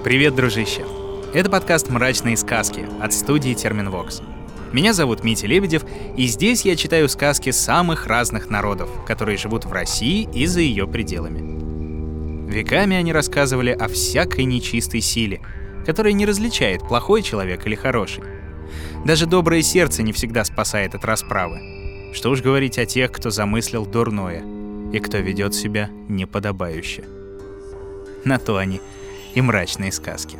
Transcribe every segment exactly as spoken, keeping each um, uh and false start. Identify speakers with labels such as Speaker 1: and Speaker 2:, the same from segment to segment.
Speaker 1: Привет, дружище! Это подкаст «Мрачные сказки» от студии Терминвокс. Меня зовут Митя Лебедев, и здесь я читаю сказки самых разных народов, которые живут в России и за ее пределами. Веками они рассказывали о всякой нечистой силе, которая не различает, плохой человек или хороший. Даже доброе сердце не всегда спасает от расправы. Что уж говорить о тех, кто замыслил дурное и кто ведет себя неподобающе. На то они и мрачные сказки.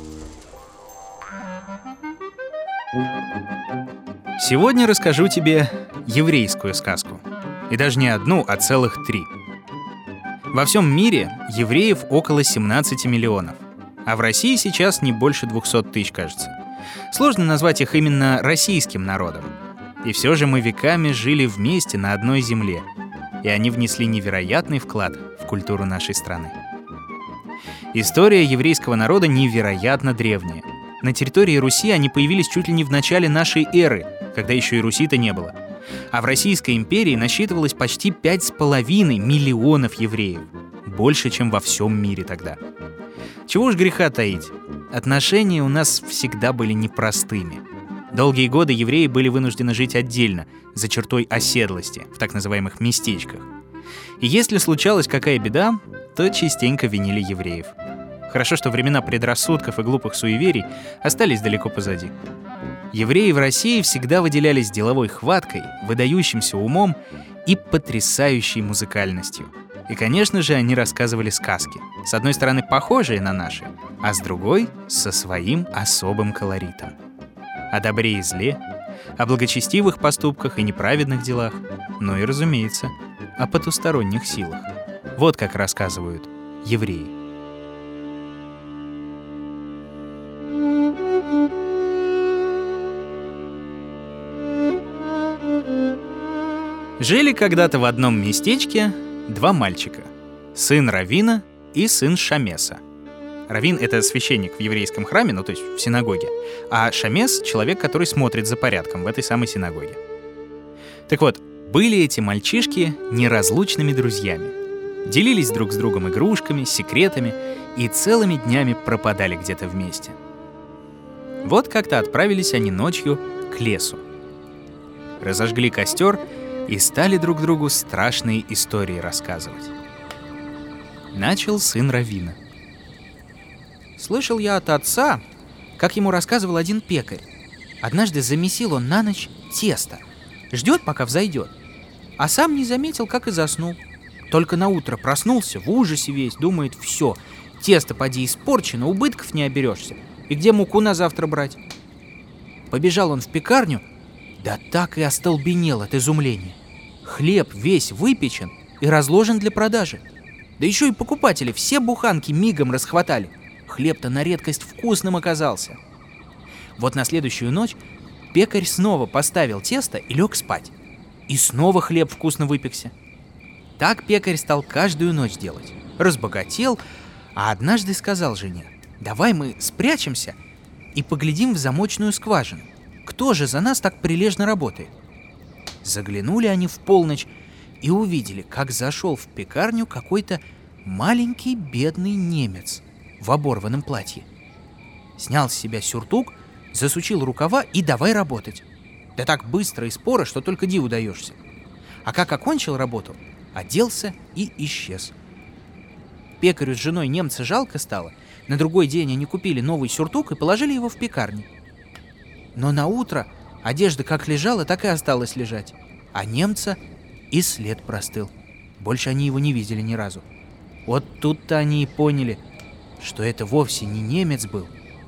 Speaker 1: Сегодня расскажу тебе еврейскую сказку. И даже не одну, а целых три. Во всем мире евреев около семнадцать миллионов, а в России сейчас не больше двести тысяч, кажется. Сложно назвать их именно российским народом. И все же мы веками жили вместе на одной земле, и они внесли невероятный вклад в культуру нашей страны. История еврейского народа невероятно древняя. На территории Руси они появились чуть ли не в начале нашей эры, когда еще и Руси-то не было. А в Российской империи насчитывалось почти пять с половиной миллионов евреев. Больше, чем во всем мире тогда. Чего уж греха таить, отношения у нас всегда были непростыми. Долгие годы евреи были вынуждены жить отдельно, за чертой оседлости, в так называемых местечках. И если случалась какая беда, то частенько винили евреев. Хорошо, что времена предрассудков и глупых суеверий остались далеко позади. Евреи в России всегда выделялись деловой хваткой, выдающимся умом и потрясающей музыкальностью. И, конечно же, они рассказывали сказки, с одной стороны похожие на наши, а с другой — со своим особым колоритом. О добре и зле, о благочестивых поступках и неправедных делах, ну и, разумеется, о потусторонних силах. Вот как рассказывают евреи. Жили когда-то в одном местечке два мальчика. Сын Равина и сын Шамеса. Равин — это священник в еврейском храме, ну то есть в синагоге, а Шамес — человек, который смотрит за порядком в этой самой синагоге. Так вот, были эти мальчишки неразлучными друзьями. Делились друг с другом игрушками, секретами и целыми днями пропадали где-то вместе. Вот как-то отправились они ночью к лесу. Разожгли костер и стали друг другу страшные истории рассказывать. Начал сын Равина.
Speaker 2: Слышал я от отца, как ему рассказывал один пекарь. Однажды замесил он на ночь тесто. Ждет, пока взойдет. А сам не заметил, как и заснул. Только наутро проснулся, в ужасе весь, думает, все, тесто поди испорчено, убытков не оберешься. И где муку на завтра брать? Побежал он в пекарню, да так и остолбенел от изумления. Хлеб весь выпечен и разложен для продажи. Да еще и покупатели все буханки мигом расхватали. Хлеб-то на редкость вкусным оказался. Вот на следующую ночь пекарь снова поставил тесто и лег спать. И снова хлеб вкусно выпекся. Так пекарь стал каждую ночь делать. Разбогател, а однажды сказал жене: «Давай мы спрячемся и поглядим в замочную скважину. Кто же за нас так прилежно работает?» Заглянули они в полночь и увидели, как зашел в пекарню какой-то маленький бедный немец в оборванном платье. Снял с себя сюртук, засучил рукава и давай работать. Да так быстро и споро, что только диву даешься. А как окончил работу, оделся и исчез. Пекарю с женой немца жалко стало. На другой день они купили новый сюртук и положили его в пекарню. Но на утро одежда как лежала, так и осталась лежать. А немца и след простыл. Больше они его не видели ни разу. Вот тут-то они и поняли, что это вовсе не немец был,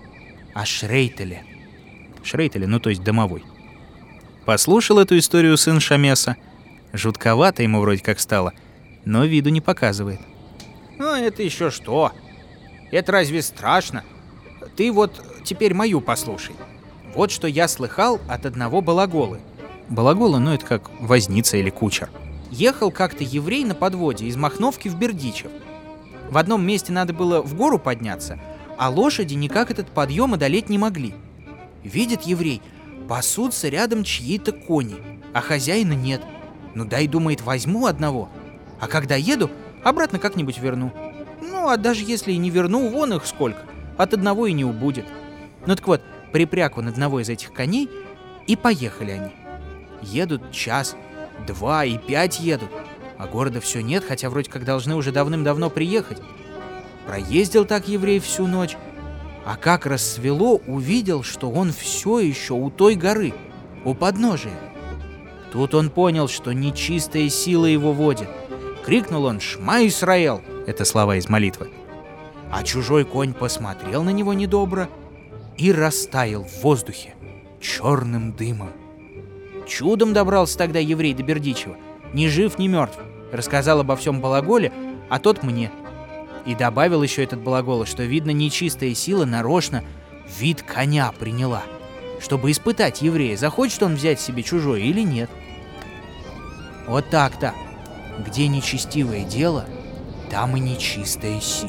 Speaker 2: а Шрейтеле.
Speaker 1: Шрейтеле, ну то есть домовой. Послушал эту историю сын Шамеса. Жутковато ему вроде как стало, но виду не показывает.
Speaker 2: Ну, это еще что? Это разве страшно? Ты вот теперь мою послушай. Вот что я слыхал от одного балаголы.
Speaker 1: Балагола, ну это как возница или кучер.
Speaker 2: Ехал как-то еврей на подводе из Махновки в Бердичев. В одном месте надо было в гору подняться, а лошади никак этот подъем одолеть не могли. Видит еврей, пасутся рядом чьи-то кони, а хозяина нет. Ну дай, думает, возьму одного, а когда еду, обратно как-нибудь верну. Ну, а даже если и не верну, вон их сколько. от одного и не убудет. Ну так вот, припряг он одного из этих коней, и поехали они. Едут час, два и пять едут, а города все нет, хотя вроде как должны уже давным-давно приехать. Проездил так еврей всю ночь, а как рассвело, увидел, что он все еще у той горы, у подножия. Тут он понял, что нечистая сила его водит. Крикнул он: «Шма Исраэл!» Это слова из молитвы. А чужой конь посмотрел на него недобро и растаял в воздухе черным дымом. Чудом добрался тогда еврей до Бердичева, ни жив, ни мертв. Рассказал обо всем Балаголе, а тот мне. И добавил еще этот Балагола, что, видно, нечистая сила нарочно вид коня приняла, чтобы испытать еврея, захочет он взять себе чужое или нет. Вот так-то. Где нечестивое дело, там и нечистая сила.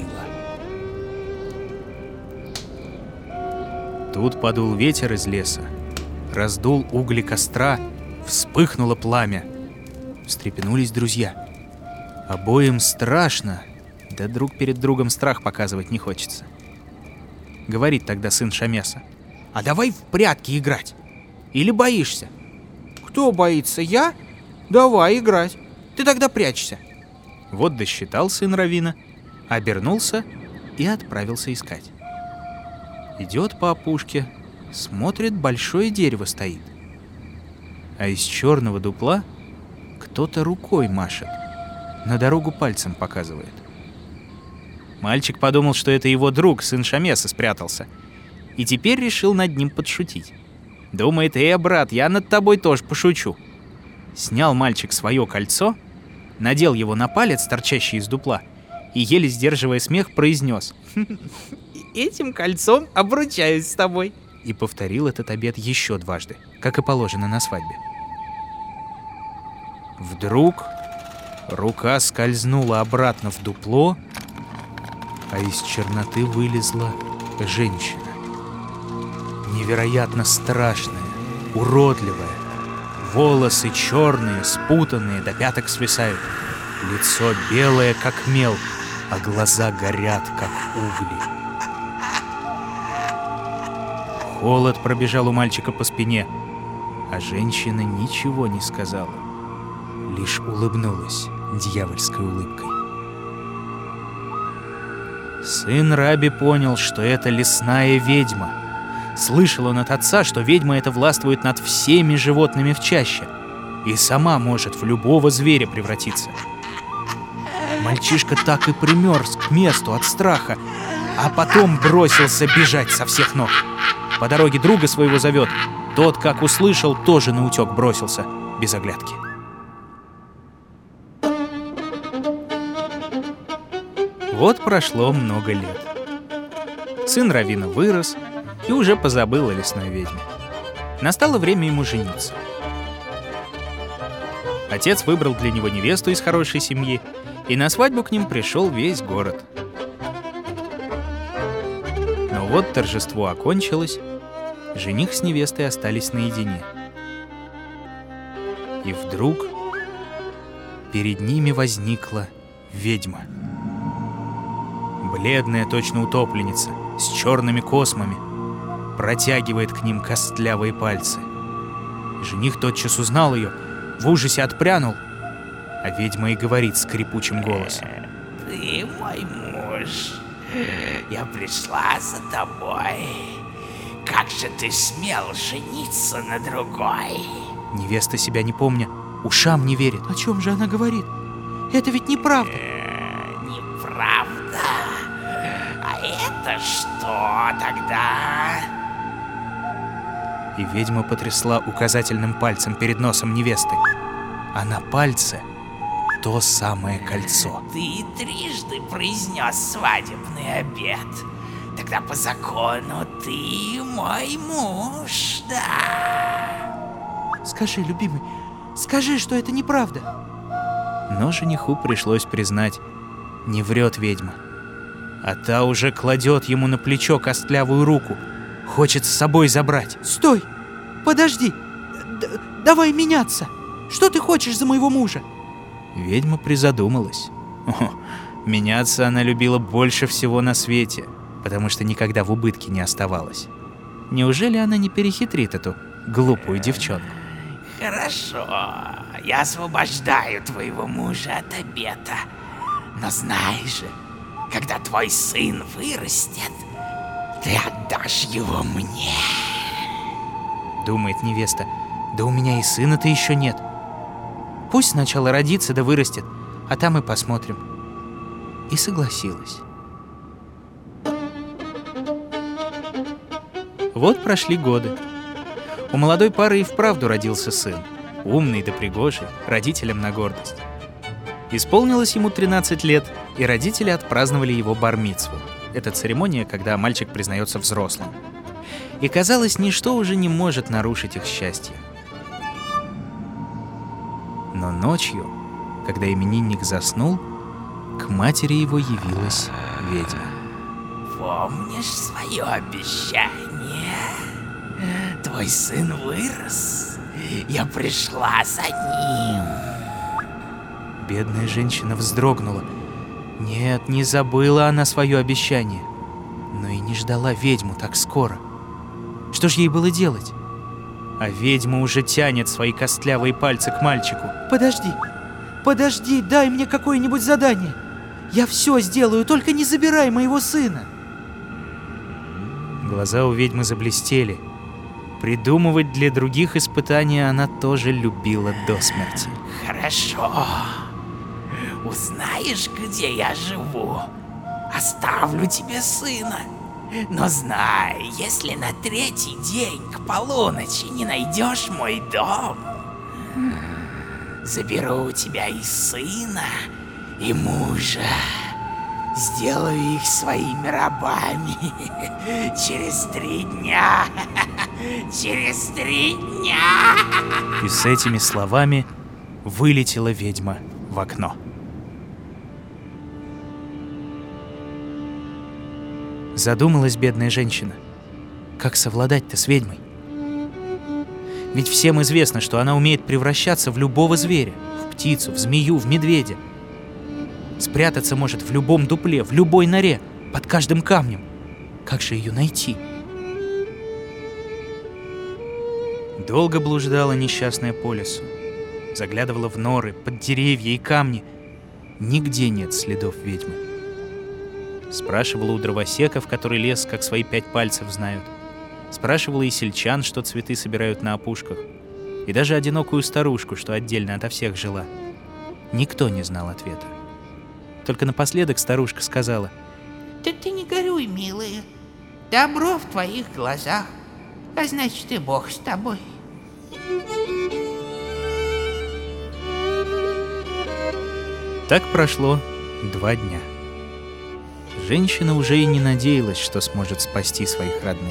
Speaker 1: Тут подул ветер из леса, раздул угли костра, вспыхнуло пламя. Встрепенулись друзья. Обоим страшно, да друг перед другом страх показывать не хочется. Говорит тогда сын Шамеса: «А давай в прятки играть. Или боишься?»
Speaker 2: «Кто боится, я? Давай играть. Ты тогда прячься».
Speaker 1: Вот досчитал сын Равина, обернулся и отправился искать. Идет по опушке, смотрит, большое дерево стоит. А из черного дупла кто-то рукой машет, на дорогу пальцем показывает. Мальчик подумал, что это его друг, сын Шамеса, спрятался, и теперь решил над ним подшутить. Думает: «Эй, брат, я над тобой тоже пошучу». Снял мальчик свое кольцо, надел его на палец, торчащий из дупла, и, еле сдерживая смех, произнес: «Этим кольцом обручаюсь с тобой». И повторил этот обет еще дважды, как и положено на свадьбе. Вдруг рука скользнула обратно в дупло, а из черноты вылезла женщина. Невероятно страшная, уродливая. Волосы черные, спутанные, до пяток свисают. Лицо белое, как мел, а глаза горят, как угли. Холод пробежал у мальчика по спине, а женщина ничего не сказала, лишь улыбнулась дьявольской улыбкой. Сын Раби понял, что это лесная ведьма. Слышал он от отца, что ведьма эта властвует над всеми животными в чаще и сама может в любого зверя превратиться. Мальчишка так и примерз к месту от страха, а потом бросился бежать со всех ног. По дороге друга своего зовет. Тот, как услышал, тоже наутек бросился, без оглядки. Вот прошло много лет. Сын Равина вырос и уже позабыл о лесной ведьме. Настало время ему жениться. Отец выбрал для него невесту из хорошей семьи, и на свадьбу к ним пришел весь город. Но вот торжество окончилось, жених с невестой остались наедине. И вдруг перед ними возникла ведьма. Бледная, точно утопленница, с черными космами, протягивает к ним костлявые пальцы. Жених тотчас узнал ее, в ужасе отпрянул, а ведьма и говорит скрипучим голосом:
Speaker 3: «Ты мой муж, я пришла за тобой. Как же ты смел жениться на другой?»
Speaker 2: Невеста, себя не помня, ушам не верит. О чем же она говорит? Это ведь неправда.
Speaker 3: Э, неправда? А это что тогда?
Speaker 2: И ведьма потрясла указательным пальцем перед носом невесты, а на пальце то самое кольцо.
Speaker 3: Ты трижды произнес свадебный обет. Тогда по закону ты мой муж, да?
Speaker 2: Скажи, любимый, скажи, что это неправда. Но жениху пришлось признать: не врет ведьма. А та уже кладет ему на плечо костлявую руку, хочет с собой забрать. Стой! Подожди! Д- давай меняться! Что ты хочешь за моего мужа? Ведьма призадумалась. О, меняться она любила больше всего на свете.
Speaker 1: потому что никогда в убытке не оставалась. Неужели она не перехитрит эту глупую девчонку?
Speaker 3: Хорошо, я освобождаю твоего мужа от обета. Но знаешь же, когда твой сын вырастет, ты отдашь его мне.
Speaker 2: Думает невеста, да у меня и сына-то еще нет. Пусть сначала родится да вырастет, а там и посмотрим. И согласилась.
Speaker 1: Вот прошли годы. У молодой пары и вправду родился сын, умный да пригожий, родителям на гордость. Исполнилось ему тринадцать лет, и родители отпраздновали его бар-мицву. Это церемония, когда мальчик признается взрослым. И казалось, ничто уже не может нарушить их счастье. Но ночью, когда именинник заснул, к матери его явилась ведьма.
Speaker 3: Помнишь свое обещание? Твой сын вырос. Я пришла за ним.
Speaker 2: Бедная женщина вздрогнула. Нет, не забыла она свое обещание, но и не ждала ведьму так скоро. Что ж ей было делать?
Speaker 1: А ведьма уже тянет свои костлявые пальцы к мальчику.
Speaker 2: Подожди, подожди, дай мне какое-нибудь задание. Я все сделаю, только не забирай моего сына.
Speaker 1: Глаза у ведьмы заблестели. Придумывать для других испытания она тоже любила до смерти.
Speaker 3: Хорошо. Узнаешь, где я живу? Оставлю тебе сына. Но знай, если на третий день к полуночи не найдешь мой дом, заберу у тебя и сына, и мужа. Сделаю их своими рабами через три дня. Через три дня.
Speaker 1: И с этими словами вылетела ведьма в окно.
Speaker 2: Задумалась бедная женщина. Как совладать-то с ведьмой? Ведь всем известно, что она умеет превращаться в любого зверя. В птицу, в змею, в медведя. Спрятаться может в любом дупле, в любой норе, под каждым камнем. Как же ее найти?
Speaker 1: Долго блуждала несчастная по лесу. Заглядывала в норы, под деревья и камни. Нигде нет следов ведьмы. Спрашивала у дровосеков, которые лес как свои пять пальцев знают. Спрашивала и сельчан, что цветы собирают на опушках. И даже одинокую старушку, что отдельно ото всех жила. Никто не знал ответа. Только напоследок старушка сказала:
Speaker 3: Да ты не горюй, милая. Добро в твоих глазах, а значит и Бог с тобой.
Speaker 1: Так прошло два дня. Женщина уже и не надеялась, что сможет спасти своих родных.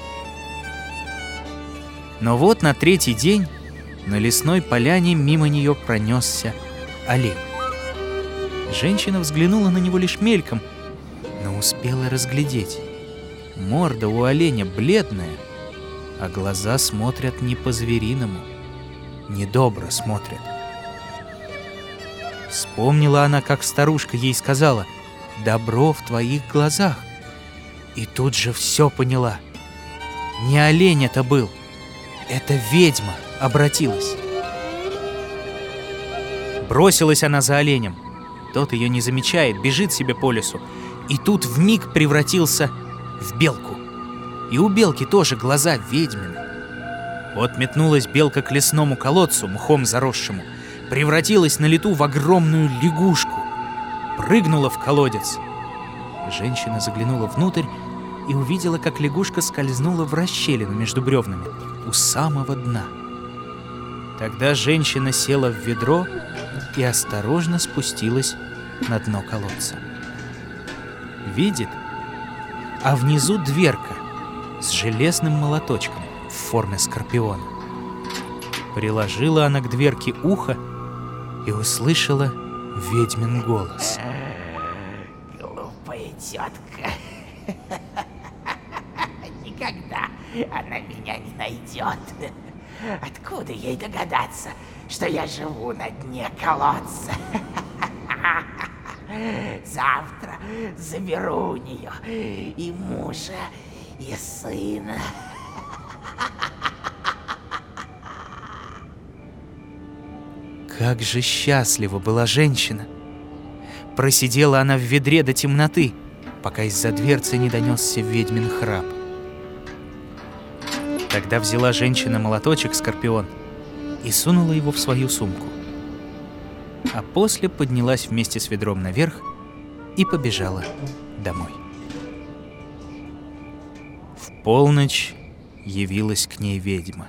Speaker 1: Но вот на третий день на лесной поляне мимо нее пронесся олень. Женщина взглянула на него лишь мельком, но успела разглядеть. Морда у оленя бледная, а глаза смотрят не по-звериному, недобро смотрят. Вспомнила она, как старушка ей сказала: «Добро в твоих глазах». И тут же все поняла. Не олень это был, это ведьма обратилась. Бросилась она за оленем. Тот ее не замечает, бежит себе по лесу. И тут вмиг превратился в белку. И у белки тоже глаза ведьмины. Вот метнулась белка к лесному колодцу, мхом заросшему, превратилась на лету в огромную лягушку, прыгнула в колодец. Женщина заглянула внутрь и увидела, как лягушка скользнула в расщелину между бревнами у самого дна. Тогда женщина села в ведро и осторожно спустилась на дно колодца. Видит, а внизу дверка с железным молоточком в форме скорпиона. Приложила она к дверке ухо и услышала ведьмин голос.
Speaker 3: Глупая тетка. Никогда она меня не найдет. Откуда ей догадаться, что я живу на дне колодца? Завтра заберу у нее и мужа, и сына.
Speaker 2: Как же счастлива была женщина! Просидела она в ведре до темноты, пока из-за дверцы не донесся ведьмин храп. Тогда взяла женщина молоточек Скорпион и сунула его в свою сумку. А после поднялась вместе с ведром наверх и побежала домой. В полночь явилась к ней ведьма.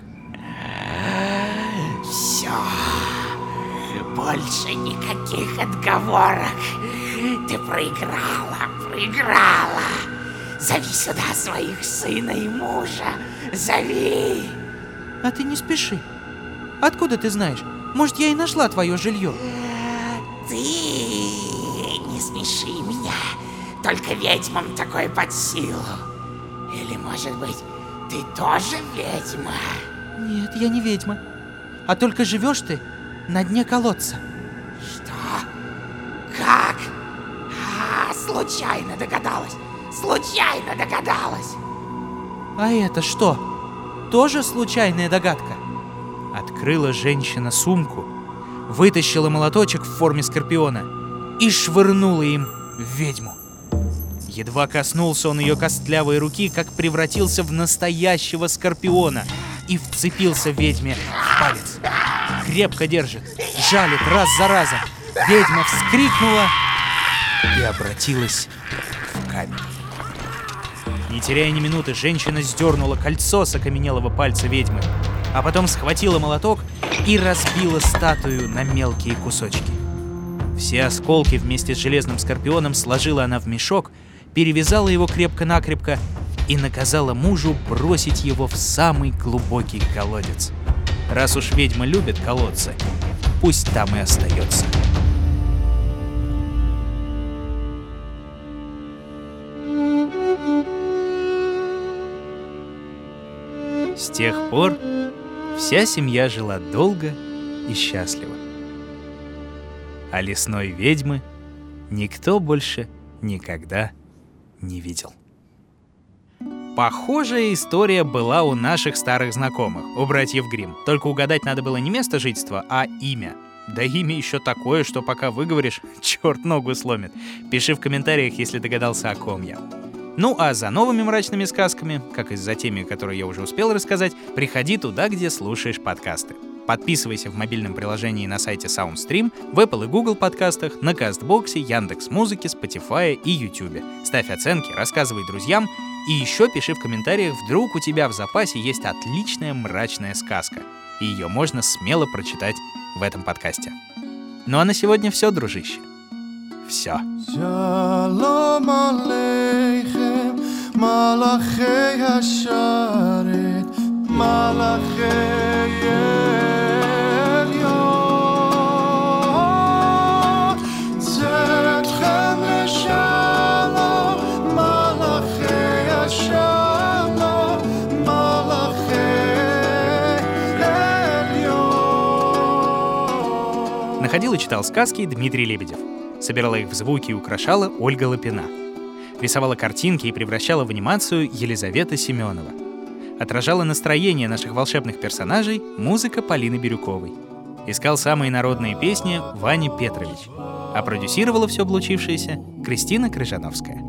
Speaker 3: Все, больше никаких отговорок. Ты проиграла, проиграла. Зови сюда своих сына и мужа. Зови.
Speaker 2: А ты не спеши. Откуда ты знаешь? Может, я и нашла твое жилье?
Speaker 3: Ты не смеши меня. Только ведьмам такое под силу. Или, может быть, ты тоже ведьма?
Speaker 2: Нет, я не ведьма. А только живешь ты на дне колодца.
Speaker 3: Что? Как? А, случайно догадалась. Случайно догадалась.
Speaker 2: А это что? Тоже случайная догадка? Открыла женщина сумку, вытащила молоточек в форме скорпиона и швырнула им в ведьму. Едва коснулся он ее костлявой руки, как превратился в настоящего скорпиона и вцепился ведьме в палец. Крепко держит, жалит раз за разом. Ведьма вскрикнула и обратилась в камень. Не теряя ни минуты, женщина сдернула кольцо с окаменелого пальца ведьмы, а потом схватила молоток и разбила статую на мелкие кусочки. Все осколки вместе с железным скорпионом сложила она в мешок, перевязала его крепко-накрепко и наказала мужу бросить его в самый глубокий колодец. Раз уж ведьма любит колодцы, пусть там и остается. С тех пор вся семья жила долго и счастливо. А лесной ведьмы никто больше никогда не видел. Похожая история была у наших старых знакомых, у братьев Гримм. Только угадать надо было не место жительства, а имя. Да имя еще такое, что пока выговоришь, черт ногу сломит. Пиши в комментариях, если догадался, о ком я. Ну а за новыми мрачными сказками, как и за теми, которые я уже успел рассказать, приходи туда, где слушаешь подкасты. Подписывайся в мобильном приложении на сайте Soundstream, в Apple и Google подкастах, на Кастбоксе, Яндекс.Музыке, Spotify и YouTube. Ставь оценки, рассказывай друзьям и еще пиши в комментариях, вдруг у тебя в запасе есть отличная мрачная сказка, и ее можно смело прочитать в этом подкасте. Ну а на сегодня все, дружище. Все.
Speaker 4: Shalom Aleichem, Malachei Hasharet, Malachei Elyon, Tzedchem Leshalom, Malachei Hashalom, Malachei Elyon.
Speaker 1: Находил и читал сказки Дмитрий Лебедев. Собирала их в звуки и украшала Ольга Лапина. Рисовала картинки и превращала в анимацию Елизавета Семенова. Отражала настроение наших волшебных персонажей музыка Полины Бирюковой. Искал самые народные песни Ваня Петрович. А продюсировала все получившееся Кристина Крыжановская.